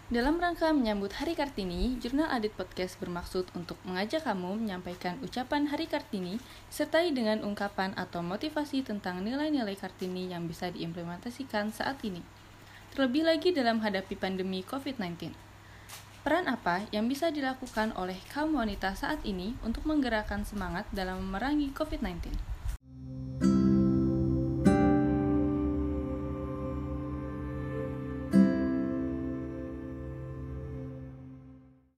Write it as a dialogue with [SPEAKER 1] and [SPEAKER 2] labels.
[SPEAKER 1] Dalam rangka menyambut Hari Kartini, Jurnal Adit Podcast bermaksud untuk mengajak kamu menyampaikan ucapan Hari Kartini disertai dengan ungkapan atau motivasi tentang nilai-nilai Kartini yang bisa diimplementasikan saat ini. Terlebih lagi dalam hadapi pandemi COVID-19. Peran apa yang bisa dilakukan oleh kaum wanita saat ini untuk menggerakkan semangat dalam memerangi COVID-19?